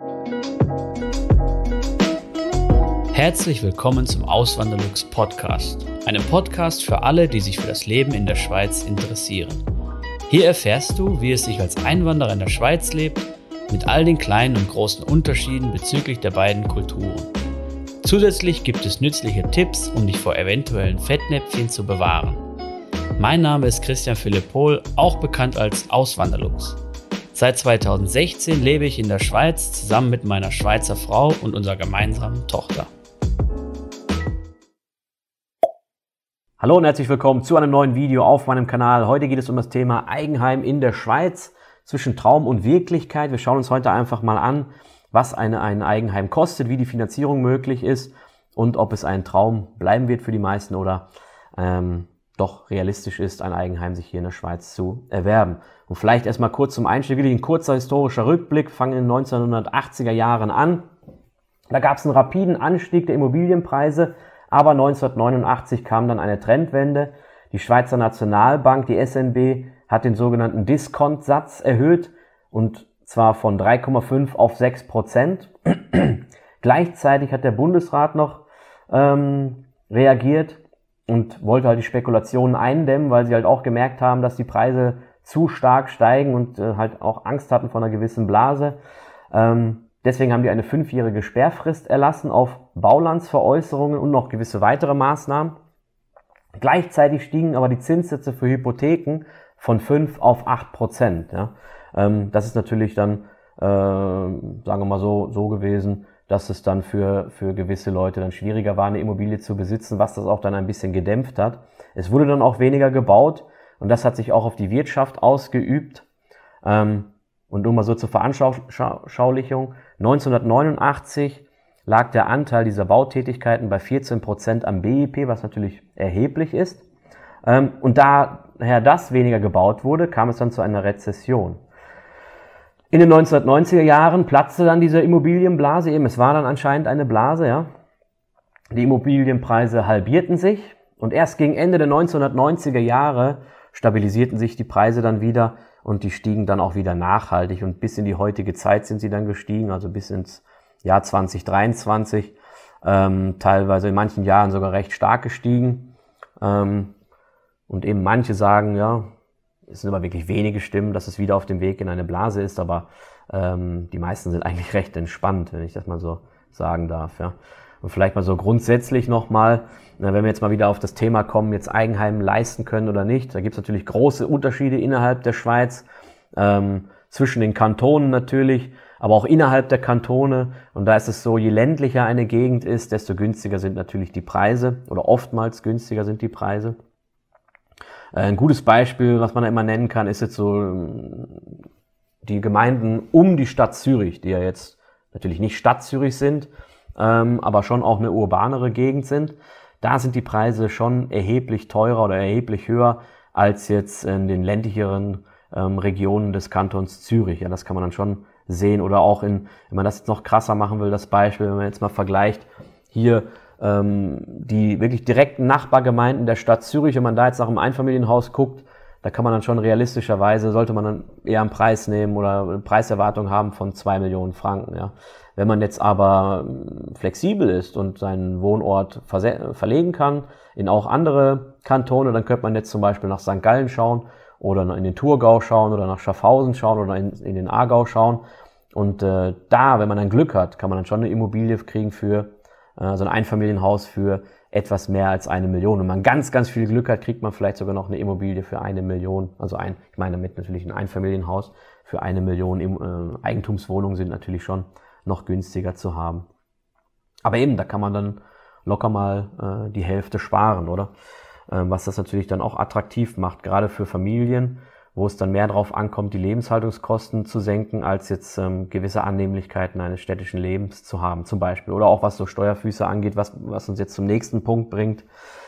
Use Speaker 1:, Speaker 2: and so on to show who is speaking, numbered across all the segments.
Speaker 1: Herzlich willkommen zum Auswanderlux Podcast, einem Podcast für alle, die sich für das Leben in der Schweiz interessieren. Hier erfährst du, wie es sich als Einwanderer in der Schweiz lebt, mit all den kleinen und großen Unterschieden bezüglich der beiden Kulturen. Zusätzlich gibt es nützliche Tipps, um dich vor eventuellen Fettnäpfchen zu bewahren. Mein Name ist Christian Philipp Pohl, auch bekannt als Auswanderlux. Seit 2016 lebe ich in der Schweiz zusammen mit meiner Schweizer Frau und unserer gemeinsamen Tochter.
Speaker 2: Hallo und herzlich willkommen zu einem neuen Video auf meinem Kanal. Heute geht es um das Thema Eigenheim in der Schweiz, zwischen Traum und Wirklichkeit. Wir schauen uns heute einfach mal an, was ein Eigenheim kostet, wie die Finanzierung möglich ist und ob es ein Traum bleiben wird für die meisten oder doch realistisch ist, ein Eigenheim sich hier in der Schweiz zu erwerben. Und vielleicht erstmal kurz zum Einstieg, wirklich ein kurzer historischer Rückblick, fangen in den 1980er Jahren an. Da gab es einen rapiden Anstieg der Immobilienpreise, aber 1989 kam dann eine Trendwende. Die Schweizer Nationalbank, die SNB, hat den sogenannten Diskontsatz erhöht und zwar von 3,5 auf 6%. Gleichzeitig hat der Bundesrat noch reagiert und wollte halt die Spekulationen eindämmen, weil sie halt auch gemerkt haben, dass die Preise zu stark steigen und halt auch Angst hatten vor einer gewissen Blase. Deswegen haben die eine 5-jährige Sperrfrist erlassen auf Baulandsveräußerungen und noch gewisse weitere Maßnahmen. Gleichzeitig stiegen aber die Zinssätze für Hypotheken von 5 auf 8%. Ja. Das ist natürlich dann, sagen wir mal so gewesen, dass es dann für gewisse Leute dann schwieriger war, eine Immobilie zu besitzen, was das auch dann ein bisschen gedämpft hat. Es wurde dann auch weniger gebaut und das hat sich auch auf die Wirtschaft ausgeübt. Und nur mal so zur Veranschaulichung, 1989 lag der Anteil dieser Bautätigkeiten bei 14% am BIP, was natürlich erheblich ist. Und daher das weniger gebaut wurde, kam es dann zu einer Rezession. In den 1990er Jahren platzte dann diese Immobilienblase eben. Es war dann anscheinend eine Blase, ja. Die Immobilienpreise halbierten sich und erst gegen Ende der 1990er Jahre stabilisierten sich die Preise dann wieder und die stiegen dann auch wieder nachhaltig und bis in die heutige Zeit sind sie dann gestiegen, also bis ins Jahr 2023, teilweise in manchen Jahren sogar recht stark gestiegen. Und eben manche sagen, ja, es sind aber wirklich wenige Stimmen, dass es wieder auf dem Weg in eine Blase ist, aber die meisten sind eigentlich recht entspannt, wenn ich das mal so sagen darf. Ja. Und vielleicht mal so grundsätzlich nochmal, wenn wir jetzt mal wieder auf das Thema kommen, jetzt Eigenheim leisten können oder nicht, da gibt es natürlich große Unterschiede innerhalb der Schweiz, zwischen den Kantonen natürlich, aber auch innerhalb der Kantone. Und da ist es so, je ländlicher eine Gegend ist, desto günstiger sind natürlich die Preise oder oftmals günstiger sind die Preise. Ein gutes Beispiel, was man da immer nennen kann, ist jetzt so die Gemeinden um die Stadt Zürich, die ja jetzt natürlich nicht Stadt Zürich sind, aber schon auch eine urbanere Gegend sind. Da sind die Preise schon erheblich teurer oder erheblich höher als jetzt in den ländlicheren Regionen des Kantons Zürich. Ja, das kann man dann schon sehen. Oder auch wenn man das jetzt noch krasser machen will, das Beispiel, wenn man jetzt mal vergleicht, hier die wirklich direkten Nachbargemeinden der Stadt Zürich, wenn man da jetzt nach einem Einfamilienhaus guckt, da kann man dann schon realistischerweise, sollte man dann eher einen Preis nehmen oder eine Preiserwartung haben von 2 Millionen Franken. Ja. Wenn man jetzt aber flexibel ist und seinen Wohnort verlegen kann in auch andere Kantone, dann könnte man jetzt zum Beispiel nach St. Gallen schauen oder in den Thurgau schauen oder nach Schaffhausen schauen oder in den Aargau schauen. Und da, wenn man dann Glück hat, kann man dann schon eine Immobilie kriegen für so ein Einfamilienhaus für etwas mehr als 1 Million. Wenn man ganz, ganz viel Glück hat, kriegt man vielleicht sogar noch eine Immobilie für 1 Million. Also ich meine damit natürlich ein Einfamilienhaus für 1 Million. Eigentumswohnungen sind natürlich schon noch günstiger zu haben. Aber eben, da kann man dann locker mal die Hälfte sparen, oder? Was das natürlich dann auch attraktiv macht, gerade für Familien, wo es dann mehr darauf ankommt, die Lebenshaltungskosten zu senken, als jetzt gewisse Annehmlichkeiten eines städtischen Lebens zu haben, zum Beispiel. Oder auch was so Steuerfüße angeht, was uns jetzt zum nächsten Punkt bringt.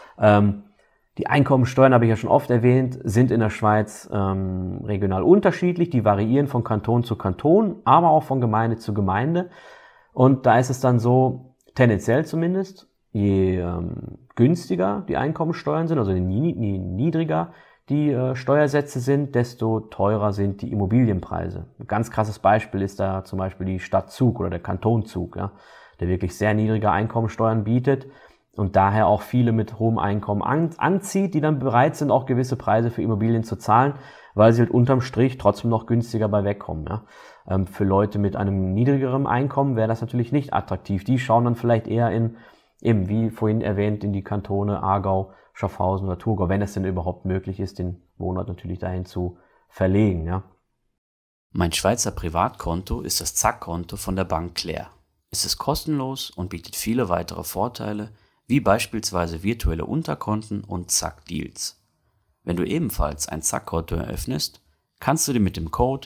Speaker 2: Die Einkommensteuern, habe ich ja schon oft erwähnt, sind in der Schweiz regional unterschiedlich. Die variieren von Kanton zu Kanton, aber auch von Gemeinde zu Gemeinde. Und da ist es dann so, tendenziell zumindest, je günstiger die Einkommensteuern sind, also je niedriger die Steuersätze sind, desto teurer sind die Immobilienpreise. Ein ganz krasses Beispiel ist da zum Beispiel die Stadt Zug oder der Kanton Zug, ja, der wirklich sehr niedrige Einkommensteuern bietet und daher auch viele mit hohem Einkommen anzieht, die dann bereit sind, auch gewisse Preise für Immobilien zu zahlen, weil sie halt unterm Strich trotzdem noch günstiger bei wegkommen. Ja. Für Leute mit einem niedrigeren Einkommen wäre das natürlich nicht attraktiv. Die schauen dann vielleicht eher eben wie vorhin erwähnt, in die Kantone Aargau, Schaffhausen oder Thurgau, wenn es denn überhaupt möglich ist, den Wohnort natürlich dahin zu verlegen. Ja.
Speaker 1: Mein Schweizer Privatkonto ist das Zack-Konto von der Bank Claire. Es ist kostenlos und bietet viele weitere Vorteile, wie beispielsweise virtuelle Unterkonten und Zack-Deals. Wenn du ebenfalls ein Zack-Konto eröffnest, kannst du dir mit dem Code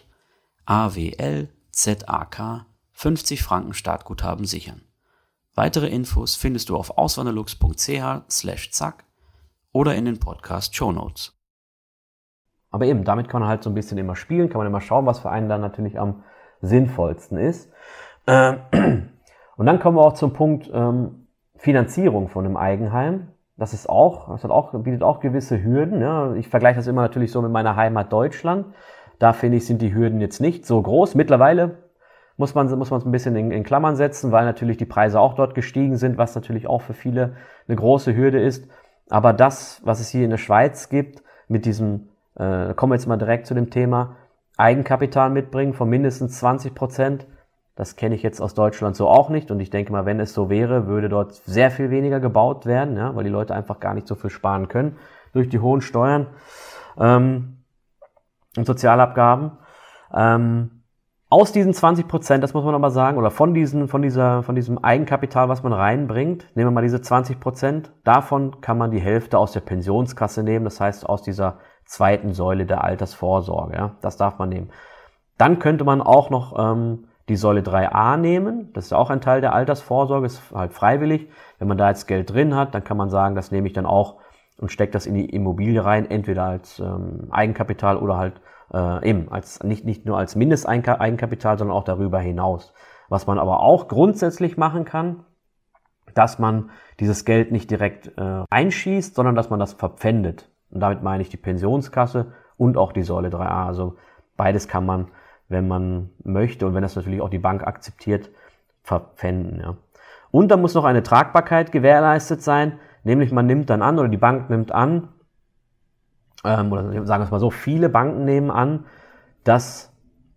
Speaker 1: AWLZAK 50 Franken Startguthaben sichern. Weitere Infos findest du auf auswanderlux.ch/zack oder in den Podcast-Shownotes.
Speaker 2: Aber eben, damit kann man halt so ein bisschen immer spielen, kann man immer schauen, was für einen dann natürlich am sinnvollsten ist. Und dann kommen wir auch zum Punkt Finanzierung von einem Eigenheim. Das bietet auch gewisse Hürden. Ja. Ich vergleiche das immer natürlich so mit meiner Heimat Deutschland. Da finde ich, sind die Hürden jetzt nicht so groß. Mittlerweile muss man es ein bisschen in Klammern setzen, weil natürlich die Preise auch dort gestiegen sind, was natürlich auch für viele eine große Hürde ist. Aber das, was es hier in der Schweiz gibt, mit diesem, kommen wir jetzt mal direkt zu dem Thema, Eigenkapital mitbringen von mindestens 20%, das kenne ich jetzt aus Deutschland so auch nicht. Und ich denke mal, wenn es so wäre, würde dort sehr viel weniger gebaut werden, ja, weil die Leute einfach gar nicht so viel sparen können durch die hohen Steuern und Sozialabgaben. Aus diesen 20%, das muss man aber sagen, oder von diesem Eigenkapital, was man reinbringt, nehmen wir mal diese 20%, davon kann man die Hälfte aus der Pensionskasse nehmen, das heißt aus dieser zweiten Säule der Altersvorsorge, ja, das darf man nehmen. Dann könnte man auch noch die Säule 3a nehmen, das ist auch ein Teil der Altersvorsorge, ist halt freiwillig. Wenn man da jetzt Geld drin hat, dann kann man sagen, das nehme ich dann auch und stecke das in die Immobilie rein, entweder als Eigenkapital oder halt eben als nicht nur als Mindesteigenkapital, sondern auch darüber hinaus. Was man aber auch grundsätzlich machen kann, dass man dieses Geld nicht direkt einschießt, sondern dass man das verpfändet. Und damit meine ich die Pensionskasse und auch die Säule 3a. Also beides kann man, wenn man möchte und wenn das natürlich auch die Bank akzeptiert, verpfänden. Ja. Und da muss noch eine Tragbarkeit gewährleistet sein, nämlich man nimmt dann an oder die Bank nimmt an, oder sagen wir es mal so, viele Banken nehmen an, dass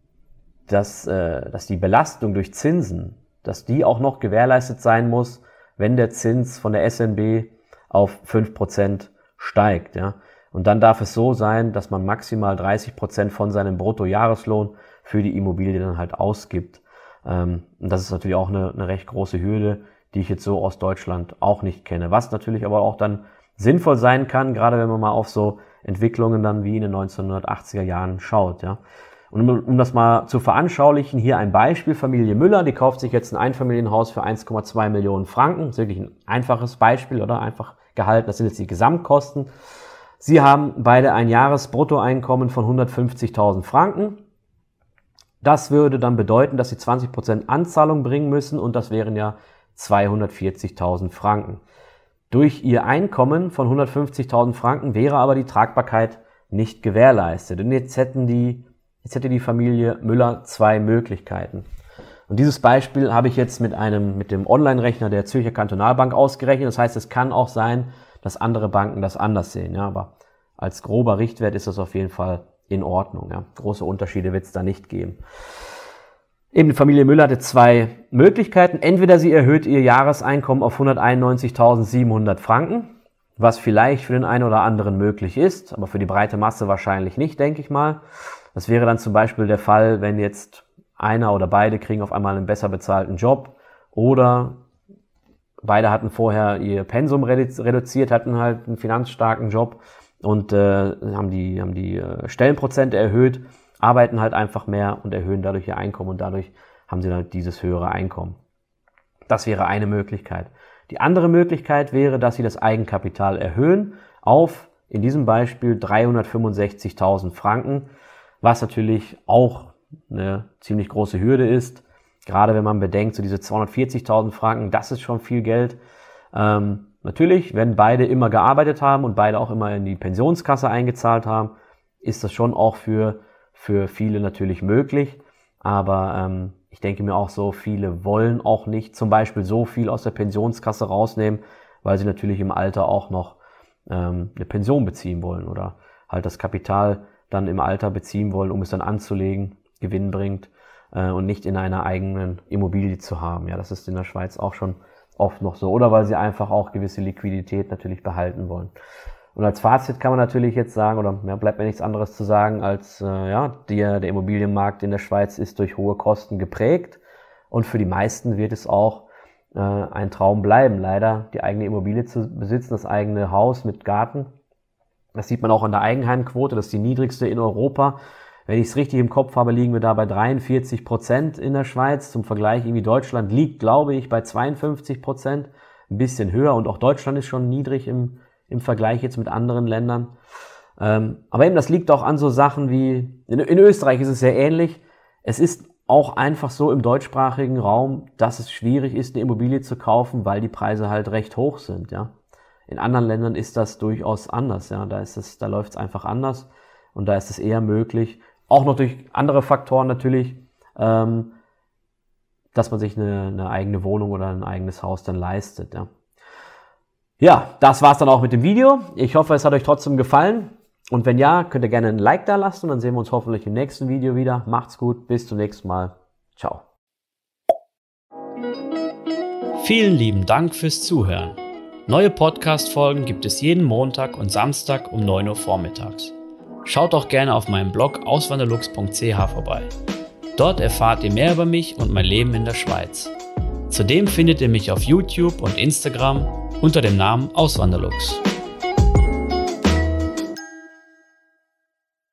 Speaker 2: die Belastung durch Zinsen, dass die auch noch gewährleistet sein muss, wenn der Zins von der SNB auf 5% steigt. Ja. Und dann darf es so sein, dass man maximal 30% von seinem Bruttojahreslohn für die Immobilie dann halt ausgibt. Und das ist natürlich auch eine recht große Hürde, die ich jetzt so aus Deutschland auch nicht kenne. Was natürlich aber auch dann sinnvoll sein kann, gerade wenn man mal auf so Entwicklungen dann wie in den 1980er Jahren schaut. Ja. Und um das mal zu veranschaulichen, hier ein Beispiel, Familie Müller, die kauft sich jetzt ein Einfamilienhaus für 1,2 Millionen Franken. Das ist wirklich ein einfaches Beispiel, oder? Einfach gehalten, das sind jetzt die Gesamtkosten. Sie haben beide ein Jahresbruttoeinkommen von 150.000 Franken. Das würde dann bedeuten, dass sie 20% Anzahlung bringen müssen und das wären ja 240.000 Franken. Durch ihr Einkommen von 150.000 Franken wäre aber die Tragbarkeit nicht gewährleistet. Und jetzt hätte die Familie Müller zwei Möglichkeiten. Und dieses Beispiel habe ich jetzt mit dem Online-Rechner der Zürcher Kantonalbank ausgerechnet. Das heißt, es kann auch sein, dass andere Banken das anders sehen. Ja, aber als grober Richtwert ist das auf jeden Fall in Ordnung. Ja. Große Unterschiede wird es da nicht geben. Eben die Familie Müller hatte zwei Möglichkeiten. Entweder sie erhöht ihr Jahreseinkommen auf 191.700 Franken, was vielleicht für den einen oder anderen möglich ist, aber für die breite Masse wahrscheinlich nicht, denke ich mal. Das wäre dann zum Beispiel der Fall, wenn jetzt einer oder beide kriegen auf einmal einen besser bezahlten Job oder beide hatten vorher ihr Pensum reduziert, hatten halt einen finanzstarken Job und haben die Stellenprozente erhöht, arbeiten halt einfach mehr und erhöhen dadurch ihr Einkommen und dadurch haben sie halt dieses höhere Einkommen. Das wäre eine Möglichkeit. Die andere Möglichkeit wäre, dass sie das Eigenkapital erhöhen auf, in diesem Beispiel, 365.000 Franken, was natürlich auch eine ziemlich große Hürde ist. Gerade wenn man bedenkt, so diese 240.000 Franken, das ist schon viel Geld. Natürlich, wenn beide immer gearbeitet haben und beide auch immer in die Pensionskasse eingezahlt haben, ist das schon auch für viele natürlich möglich. Aber ich denke mir auch so, viele wollen auch nicht zum Beispiel so viel aus der Pensionskasse rausnehmen, weil sie natürlich im Alter auch noch eine Pension beziehen wollen oder halt das Kapital dann im Alter beziehen wollen, um es dann anzulegen, Gewinn bringt und nicht in einer eigenen Immobilie zu haben. Ja, das ist in der Schweiz auch schon oft noch so. Oder weil sie einfach auch gewisse Liquidität natürlich behalten wollen. Und als Fazit kann man natürlich jetzt sagen, oder bleibt mir nichts anderes zu sagen, als der Immobilienmarkt in der Schweiz ist durch hohe Kosten geprägt und für die meisten wird es auch ein Traum bleiben, leider die eigene Immobilie zu besitzen, das eigene Haus mit Garten. Das sieht man auch an der Eigenheimquote, das ist die niedrigste in Europa. Wenn ich es richtig im Kopf habe, liegen wir da bei 43% in der Schweiz. Zum Vergleich, irgendwie Deutschland liegt, glaube ich, bei 52%, ein bisschen höher und auch Deutschland ist schon niedrig im Vergleich jetzt mit anderen Ländern. Aber eben, das liegt auch an so Sachen wie, in Österreich ist es sehr ähnlich. Es ist auch einfach so im deutschsprachigen Raum, dass es schwierig ist, eine Immobilie zu kaufen, weil die Preise halt recht hoch sind, ja. In anderen Ländern ist das durchaus anders, ja. Da läuft es einfach anders und da ist es eher möglich, auch noch durch andere Faktoren natürlich, dass man sich eine eigene Wohnung oder ein eigenes Haus dann leistet, ja. Ja, das war's dann auch mit dem Video. Ich hoffe, es hat euch trotzdem gefallen. Und wenn ja, könnt ihr gerne ein Like da lassen und dann sehen wir uns hoffentlich im nächsten Video wieder. Macht's gut, bis zum nächsten Mal. Ciao.
Speaker 1: Vielen lieben Dank fürs Zuhören. Neue Podcast-Folgen gibt es jeden Montag und Samstag um 9 Uhr vormittags. Schaut auch gerne auf meinem Blog auswanderlux.ch vorbei. Dort erfahrt ihr mehr über mich und mein Leben in der Schweiz. Zudem findet ihr mich auf YouTube und Instagram unter dem Namen Auswanderlux.